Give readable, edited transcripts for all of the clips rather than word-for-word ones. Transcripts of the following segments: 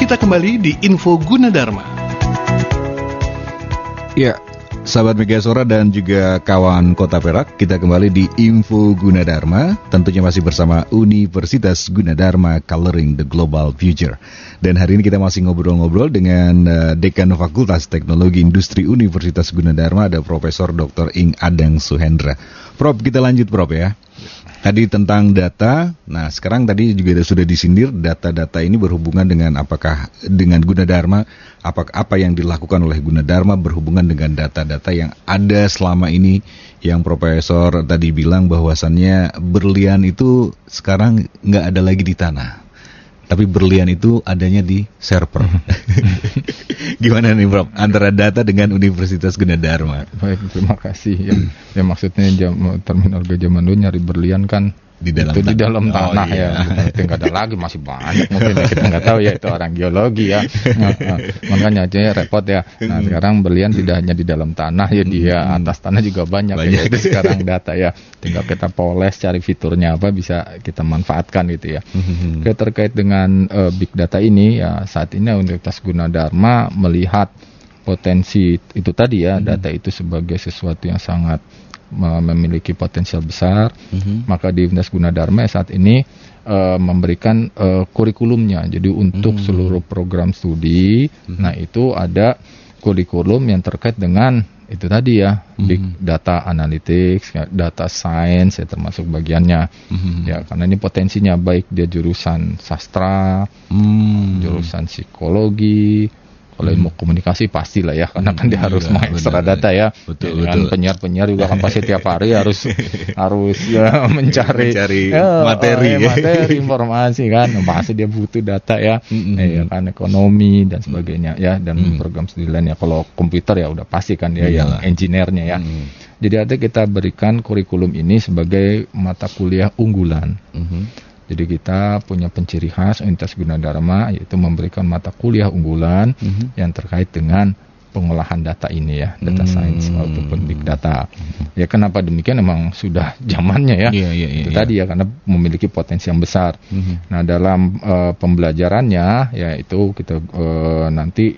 kita kembali di Info Gunadarma. Ya, sahabat Megasora dan juga kawan Kota Perak, kita kembali di Info Gunadarma. Tentunya masih bersama Universitas Gunadarma Coloring the Global Future. Dan hari ini kita masih ngobrol-ngobrol dengan Dekan Fakultas Teknologi Industri Universitas Gunadarma, ada Profesor Dr. Ing Adang Suhendra. Prof, kita lanjut Prof ya. Tadi tentang data, nah sekarang tadi juga sudah disindir data-data ini berhubungan dengan apakah dengan Gunadarma, apa yang dilakukan oleh Gunadarma berhubungan dengan data-data yang ada selama ini, yang Profesor tadi bilang bahwasannya berlian itu sekarang nggak ada lagi di tanah, tapi berlian itu adanya di server. Gimana nih Prof, antara data dengan Universitas Gunadarma? Baik, terima kasih. Ya maksudnya terminologi zaman dulu nyari berlian kan di dalam itu tanah. Di dalam tanah iya. Ya. Berarti nggak ada lagi, masih banyak mungkin ya, kita nggak tahu ya, itu orang geologi ya. Makanya aja repot ya. Nah sekarang berlian tidak hanya di dalam tanah ya, di atas tanah juga banyak. Ya. Itu sekarang data ya. Tinggal kita poles, cari fiturnya apa, bisa kita manfaatkan gitu ya. Terkait dengan big data ini ya, saat ini Universitas Gunadarma melihat potensi itu tadi ya, data itu sebagai sesuatu yang sangat memiliki potensial besar. Maka di Universitas Gunadarma saat ini memberikan kurikulumnya. Jadi untuk seluruh program studi, nah itu ada kurikulum yang terkait dengan itu tadi ya, big data analytics, data science ya termasuk bagiannya. Ya karena ini potensinya baik dia jurusan sastra, jurusan psikologi. Kalau ilmu komunikasi pastilah ya, karena kan dia harus mengekstra data ya. Betul. Penyiar-penyiar juga kan pasti tiap hari harus ya mencari materi informasi kan. Pasti dia butuh data ya. Ya kan, ekonomi dan sebagainya ya, dan program studi lain ya. Kalau komputer ya udah pasti kan dia yang engineer-nya ya. Jadi ada kita berikan kurikulum ini sebagai mata kuliah unggulan. Jadi kita punya penciri khas Universitas Gunadarma, yaitu memberikan mata kuliah unggulan yang terkait dengan pengolahan data ini ya, data science ataupun big data. Ya kenapa demikian, memang sudah zamannya ya. Itu tadi ya, karena memiliki potensi yang besar. Nah dalam pembelajarannya yaitu kita nanti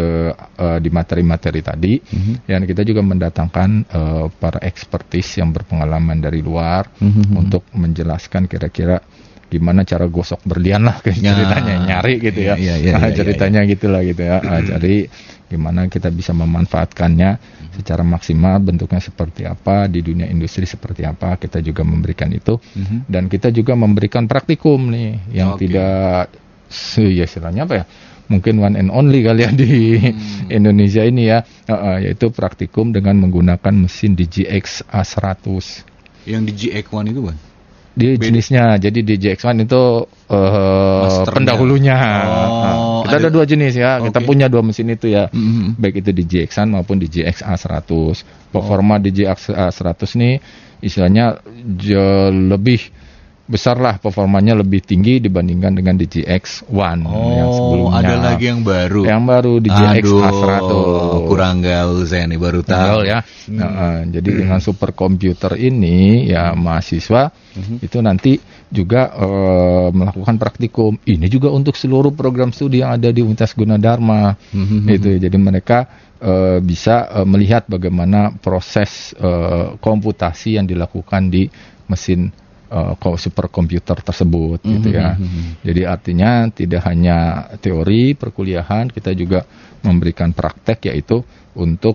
di materi-materi tadi, yang kita juga mendatangkan para expertise yang berpengalaman dari luar untuk menjelaskan kira-kira gimana cara gosok berlian lah ceritanya, nyari gitu ya, ceritanya gitulah gitu ya. Jadi gimana kita bisa memanfaatkannya secara maksimal, bentuknya seperti apa, di dunia industri seperti apa, kita juga memberikan itu. Dan kita juga memberikan praktikum nih yang tidak ya istilahnya apa ya, mungkin one and only kali ya di Indonesia ini ya, yaitu praktikum dengan menggunakan mesin DGX A100. Yang DGX-1 itu Bang? Di jenisnya, jadi DGX-1 itu pendahulunya. Kita ada dua jenis ya, kita punya dua mesin itu ya, baik itu DGX-1 maupun DGX A100. Performa DGX A100 nih istilahnya lebih besar lah, performanya lebih tinggi dibandingkan dengan DGX-1 yang sebelumnya. Ada lagi yang baru. Yang baru DGX A100. Kurang gaul saya nih, baru tahu ya. Jadi dengan superkomputer ini ya mahasiswa itu nanti juga melakukan praktikum. Ini juga untuk seluruh program studi yang ada di Universitas Gunadarma. Itu jadi mereka bisa melihat bagaimana proses komputasi yang dilakukan di mesin superkomputer tersebut gitu ya. Jadi artinya tidak hanya teori perkuliahan, kita juga memberikan praktek, yaitu untuk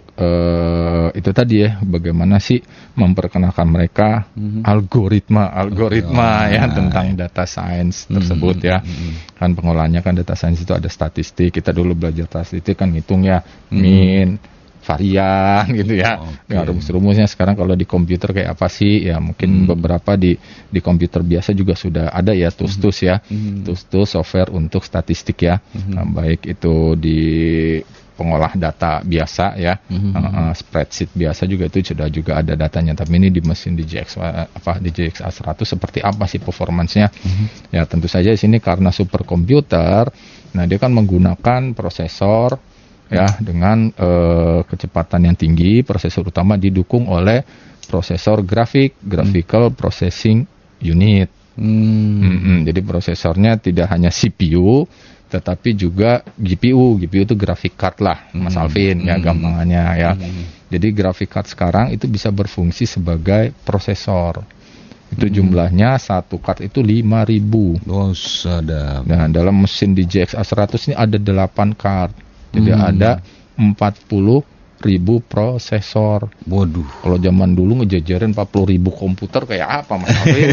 itu tadi ya, bagaimana sih memperkenalkan mereka algoritma ya tentang data science tersebut ya. Kan pengolahannya kan data science itu ada statistik. Kita dulu belajar statistik kan ngitung ya mean, varian gitu ya. Dengan rumus-rumusnya sekarang kalau di komputer kayak apa sih? Ya mungkin beberapa di komputer biasa juga sudah ada ya, tools ya. Tools software untuk statistik ya. Nah, baik itu di pengolah data biasa ya, spreadsheet biasa juga itu sudah juga ada datanya. Tapi ini di mesin DGX A100 seperti apa sih performancenya? Ya tentu saja di sini karena superkomputer, nah dia kan menggunakan prosesor ya dengan kecepatan yang tinggi. Prosesor utama didukung oleh prosesor graphical processing unit. Jadi prosesornya tidak hanya CPU, tetapi juga GPU. GPU itu graphic card lah, Mas Alvin, ya gampangannya ya. Jadi graphic card sekarang itu bisa berfungsi sebagai prosesor. Itu jumlahnya satu card itu 5.000. Oh, sadap. Nah, dalam mesin DGX A100 ini ada 8 card. Jadi ada 40.000 prosesor. Waduh. Kalau zaman dulu ngejajarin 40.000 komputer kayak apa, Mas Alvin?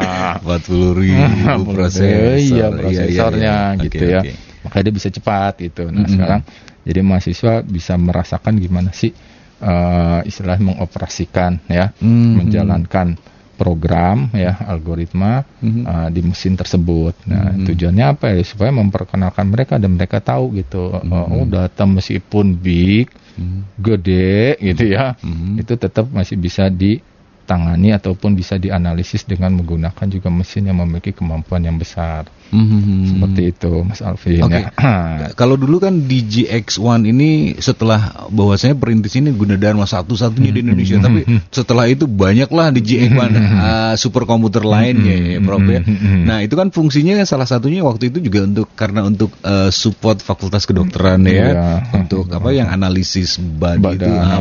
40.000 prosesor. Iya, prosesornya gitu ya. Okay. Makanya dia bisa cepat gitu. Nah, sekarang jadi mahasiswa bisa merasakan gimana sih istilah mengoperasikan ya, menjalankan program ya, algoritma di mesin tersebut. Nah, tujuannya apa ya? Supaya memperkenalkan mereka dan mereka tahu gitu. Oh, data meskipun big, gede gitu ya, itu tetap masih bisa ditangani ataupun bisa dianalisis dengan menggunakan juga mesin yang memiliki kemampuan yang besar. Seperti itu, Mas Alvin. Okay. Ya. Kalau dulu kan DGX1 ini setelah bahwasanya perintis ini Gunadarma satu-satunya di Indonesia, tapi setelah itu banyaklah DGX1 superkomputer lainnya ya, Prof ya. Nah, itu kan fungsinya salah satunya waktu itu juga untuk support fakultas kedokteran ya, untuk apa yang analisis badan.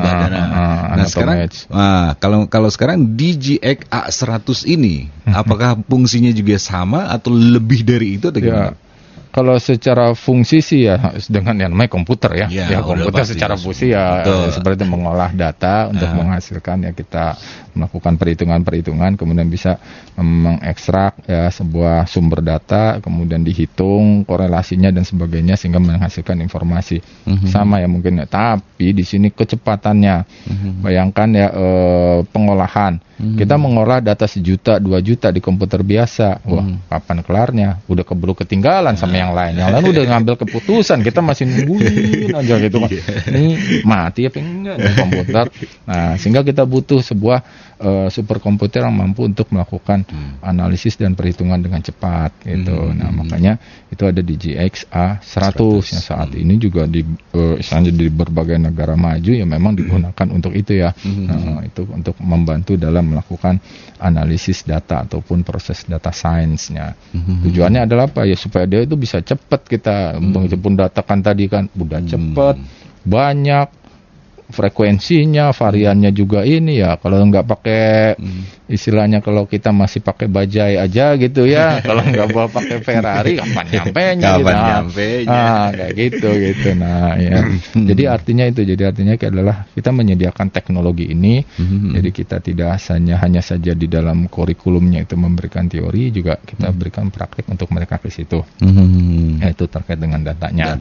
Nah, sekarang kalau sekarang DGX A100 ini apakah fungsinya juga sama atau lebih dari itu atau gimana? Ya, kalau secara fungsi sih ya dengan yang namanya komputer ya. Ya komputer secara fungsi ya seperti mengolah data untuk menghasilkan ya, kita melakukan perhitungan-perhitungan, kemudian bisa mengekstrak ya sebuah sumber data, kemudian dihitung korelasinya dan sebagainya sehingga menghasilkan informasi. Sama ya mungkin ya, tapi di sini kecepatannya. Bayangkan ya pengolahan. Kita mengolah data 1 juta, 2 juta di komputer biasa. Wah, kapan kelarnya? Udah keburu ketinggalan sama yang lain. Yang lain udah ngambil keputusan, kita masih nungguin aja gitu kan. Ini mati apa enggak nih komputer. Nah, sehingga kita butuh sebuah superkomputer yang mampu untuk melakukan analisis dan perhitungan dengan cepat gitu. Nah, makanya itu ada di DGX A100 yang saat ini juga di berbagai negara maju ya memang digunakan untuk itu ya. Nah, itu untuk membantu dalam melakukan analisis data ataupun proses data science-nya. Tujuannya adalah apa ya, supaya dia itu bisa cepat kita menghubung data kan tadi kan udah cepat, banyak frekuensinya, variannya juga ini ya. Kalau nggak pakai istilahnya, kalau kita masih pakai bajai aja gitu ya, kalau nggak bawa pakai Ferrari kapan nyampenya gitu. Kayak gitu. Nah ya, jadi artinya adalah kita menyediakan teknologi ini. Jadi kita tidak hanya saja di dalam kurikulumnya itu memberikan teori, juga kita berikan praktik untuk mereka ke situ. Itu terkait dengan datanya.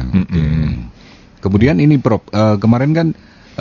Kemudian ini Prof, kemarin kan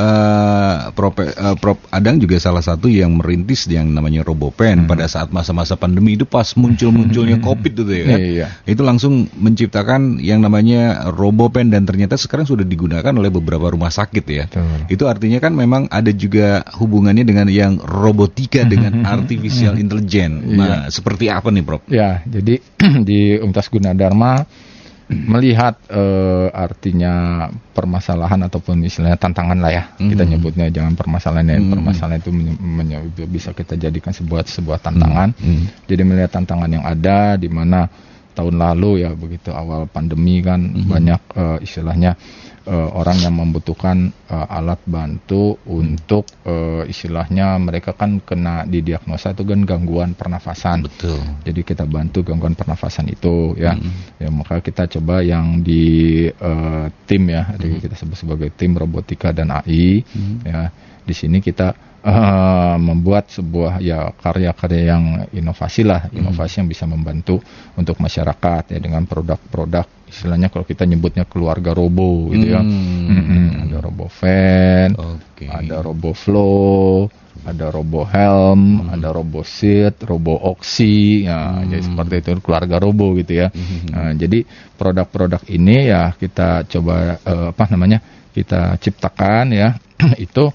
Prof Adang juga salah satu yang merintis yang namanya RoboPen pada saat masa-masa pandemi itu, pas munculnya COVID itu ya kan. Itu langsung menciptakan yang namanya RoboPen dan ternyata sekarang sudah digunakan oleh beberapa rumah sakit ya. Itu artinya kan memang ada juga hubungannya dengan yang robotika dengan artificial intelligence. Nah, seperti apa nih Prof? Ya, jadi di Universitas Gunadarma melihat artinya permasalahan ataupun istilahnya tantangan lah ya, kita nyebutnya, jangan permasalahan itu bisa kita jadikan sebuah tantangan. Jadi melihat tantangan yang ada, di mana tahun lalu ya begitu awal pandemi kan banyak istilahnya orang yang membutuhkan alat bantu untuk istilahnya mereka kan kena didiagnosa itu kan gangguan pernafasan. Betul. Jadi kita bantu gangguan pernafasan itu ya. Ya maka kita coba yang di tim ya, kita sebut sebagai tim robotika dan AI ya. Di sini kita membuat sebuah ya karya-karya yang inovasi yang bisa membantu untuk masyarakat ya, dengan produk-produk istilahnya kalau kita nyebutnya keluarga robo gitu ya. Ada RoboVan, ada RoboFlow, ada RoboHelm, ada RoboSeat, RoboOxy, ya, jadi seperti itu keluarga robo gitu ya. Nah, jadi produk-produk ini ya kita coba kita ciptakan ya itu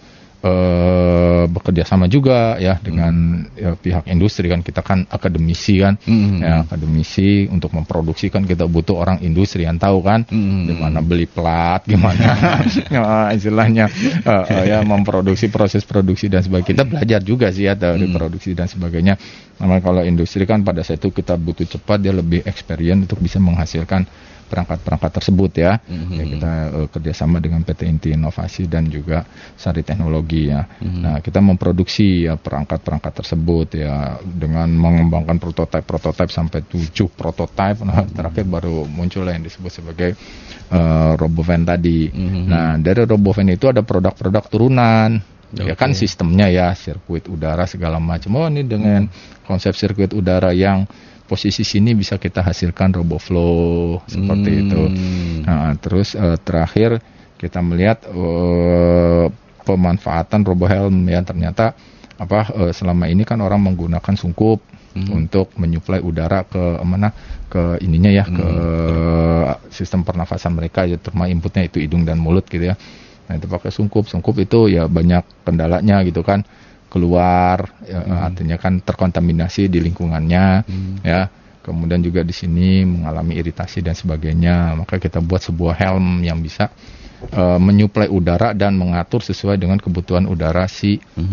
bekerja sama juga ya dengan pihak industri kan, kita kan akademisi kan, ya akademisi untuk memproduksi kan kita butuh orang industri yang tahu kan, gimana beli plat, gimana istilahnya ya memproduksi, proses produksi dan sebagainya. Kita belajar juga sih ya dari produksi dan sebagainya. Nah, kalau industri kan pada saat itu kita butuh cepat, dia lebih experience untuk bisa menghasilkan perangkat-perangkat tersebut ya. Ya kita kerjasama dengan PT Inti Inovasi dan juga Sari Teknologi ya. Nah, kita memproduksi ya perangkat-perangkat tersebut ya dengan mengembangkan prototipe sampai 7 prototipe. Nah, terakhir baru muncul yang disebut sebagai RoboVan tadi. Nah, dari RoboVan itu ada produk-produk turunan. Ya kan sistemnya ya sirkuit udara segala macam. Oh, ini dengan konsep sirkuit udara yang posisi sini bisa kita hasilkan RoboFlow seperti itu. Nah, terus terakhir kita melihat pemanfaatan RoboHelm ya, ternyata selama ini kan orang menggunakan sungkup untuk menyuplai udara ke ininya ya, ke sistem pernafasan mereka ya, terutama inputnya itu hidung dan mulut gitu ya. Nah, itu pakai sungkup itu ya banyak kendalanya gitu kan, keluar artinya kan terkontaminasi di lingkungannya ya, kemudian juga di sini mengalami iritasi dan sebagainya. Maka kita buat sebuah helm yang bisa menyuplai udara dan mengatur sesuai dengan kebutuhan udara si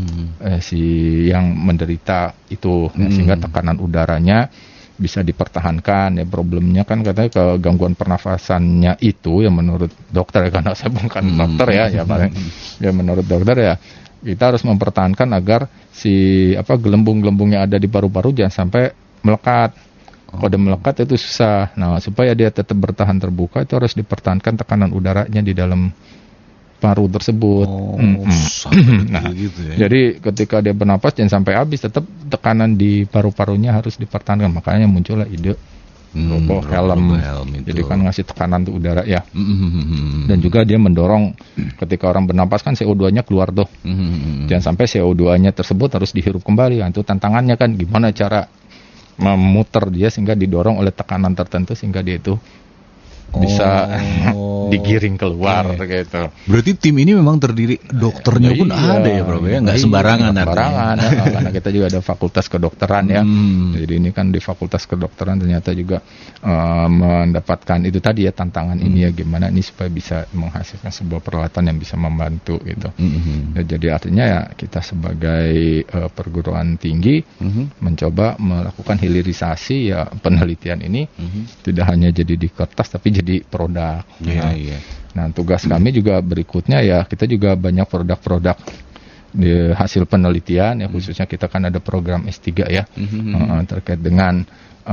yang menderita itu sehingga tekanan udaranya bisa dipertahankan ya. Problemnya kan katanya kegangguan pernafasannya itu ya menurut dokter ya, karena saya bukan dokter ya menurut dokter ya kita harus mempertahankan agar si gelembung-gelembung yang ada di paru-paru jangan sampai melekat. Kalau udah melekat itu susah. Nah, supaya dia tetap bertahan terbuka itu harus dipertahankan tekanan udaranya di dalam paru tersebut. Nah, gitu ya. Jadi ketika dia bernapas jangan sampai habis, tetap tekanan di paru-parunya harus dipertahankan. Makanya muncullah ide RoboHelm. Jadi kan ngasih tekanan tuh udara ya. Dan juga dia mendorong ketika orang bernapas kan CO2-nya keluar tuh. Jangan sampai CO2-nya tersebut harus dihirup kembali. Nah, itu tantangannya kan gimana cara memutar dia sehingga didorong oleh tekanan tertentu sehingga dia itu bisa digiring keluar gitu. Berarti tim ini memang terdiri dokternya pun ada ya Bro ya, nggak sembarangan. Karena kita juga ada fakultas kedokteran ya. Jadi ini kan di fakultas kedokteran ternyata juga mendapatkan itu tadi ya tantangan ini ya, gimana ini supaya bisa menghasilkan sebuah peralatan yang bisa membantu gitu. Ya, jadi artinya ya kita sebagai perguruan tinggi mencoba melakukan hilirisasi ya penelitian ini tidak hanya jadi di kertas tapi jadi produk. Nah, tugas kami juga berikutnya ya kita juga banyak produk-produk di hasil penelitian ya, khususnya kita kan ada program S3 ya terkait dengan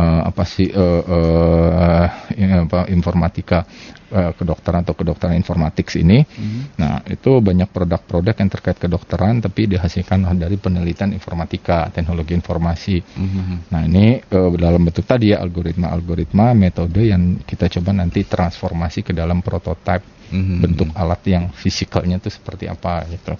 informatika kedokteran atau kedokteran informatik ini. Nah, itu banyak produk-produk yang terkait kedokteran tapi dihasilkan dari penelitian informatika, teknologi informasi. Nah, ini dalam bentuk tadi ya algoritma metode yang kita coba nanti transformasi ke dalam prototipe bentuk alat yang fisikalnya itu seperti apa gitu.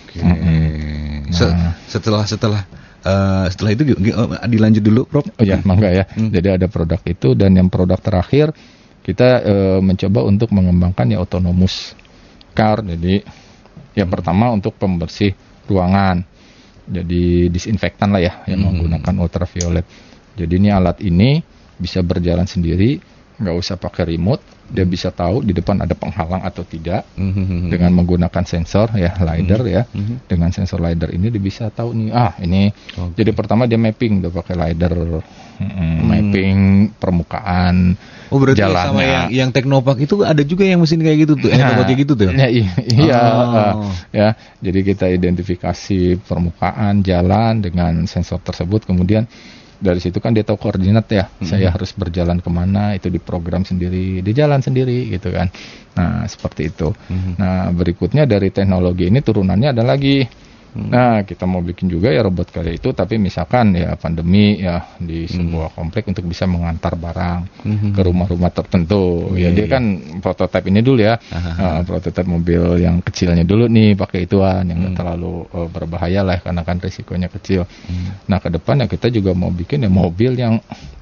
Setelah itu dilanjut dulu, Prof. Oh ya, mangga ya. Jadi ada produk itu, dan yang produk terakhir kita mencoba untuk mengembangkan ya autonomous car. Jadi yang pertama untuk pembersih ruangan. Jadi disinfektan lah ya, yang menggunakan ultraviolet. Jadi ini alat ini bisa berjalan sendiri, nggak usah pakai remote. Dia bisa tahu di depan ada penghalang atau tidak dengan menggunakan sensor ya, LiDAR ya. Dengan sensor LiDAR ini dia bisa tahu nih, ini. Jadi pertama dia mapping, dia pakai LiDAR, mapping permukaan jalannya. Sama yang Teknopark itu ada juga yang mesin kayak gitu tuh, kayak gitu tuh. Ya. Jadi kita identifikasi permukaan jalan dengan sensor tersebut, kemudian dari situ kan dia tahu koordinat ya, saya harus berjalan kemana, itu diprogram sendiri, dia jalan sendiri gitu kan. Nah, seperti itu. Nah, berikutnya dari teknologi ini turunannya ada lagi. Nah, kita mau bikin juga ya robot kayak itu, tapi misalkan ya pandemi ya di sebuah komplek untuk bisa mengantar barang ke rumah-rumah tertentu. Ya dia kan prototipe ini dulu ya, prototipe mobil yang kecilnya dulu nih, pakai ituan yang nggak terlalu berbahaya lah karena kan risikonya kecil. Nah, ke depan ya kita juga mau bikin ya mobil yang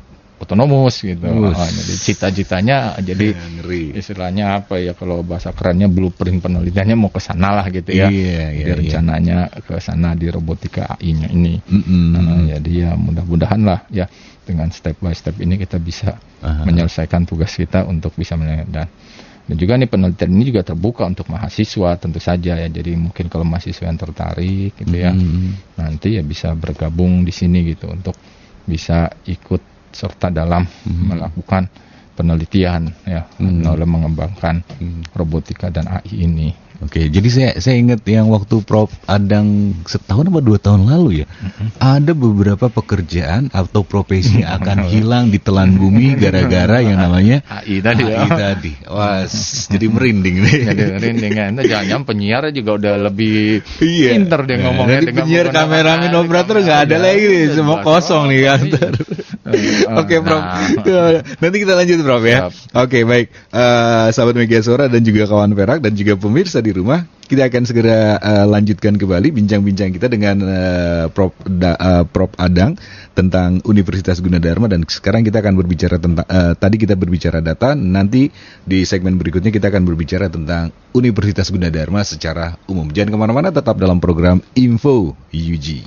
otonomus gitu. Jadi cita-citanya jadi ngeri. Istilahnya apa ya, kalau bahasa kerennya blueprint penelitiannya mau ke sana lah gitu ya. Jadi rencananya ke sana di robotika AI-nya ini. Jadi ya mudah-mudahan lah ya dengan step by step ini kita bisa menyelesaikan tugas kita untuk bisa dan juga nih penelitian ini juga terbuka untuk mahasiswa tentu saja ya. Jadi mungkin kalau mahasiswa yang tertarik gitu ya, nanti ya bisa bergabung di sini gitu untuk bisa ikut serta dalam melakukan penelitian ya dalam mengembangkan robotika dan AI ini. Oke, jadi saya ingat yang waktu Prof Adang setahun apa 2 tahun lalu ya, ada beberapa pekerjaan atau profesi yang akan hilang ditelan bumi gara-gara yang namanya AI tadi. Wah, jadi merinding nih. Jadi merinding kan. Jangan-jangan penyiar juga udah lebih pinter dia ngomongnya. Jadi penyiar, kameramen, operator nggak ada lagi nih, semua kosong nih kantor. Oke, Prof. Nanti kita lanjut, Prof ya. Oke, baik. Sahabat Megasuara dan juga kawan Perak dan juga pemirsa di rumah, kita akan segera lanjutkan kembali bincang-bincang kita dengan Prof Adang tentang Universitas Gunadarma, dan sekarang kita akan berbicara tentang tadi kita berbicara data, nanti di segmen berikutnya kita akan berbicara tentang Universitas Gunadarma secara umum. Jangan kemana-mana, tetap dalam program Info UG.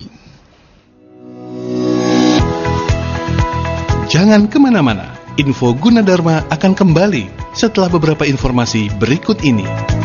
Jangan kemana-mana, Info Gunadarma akan kembali setelah beberapa informasi berikut ini.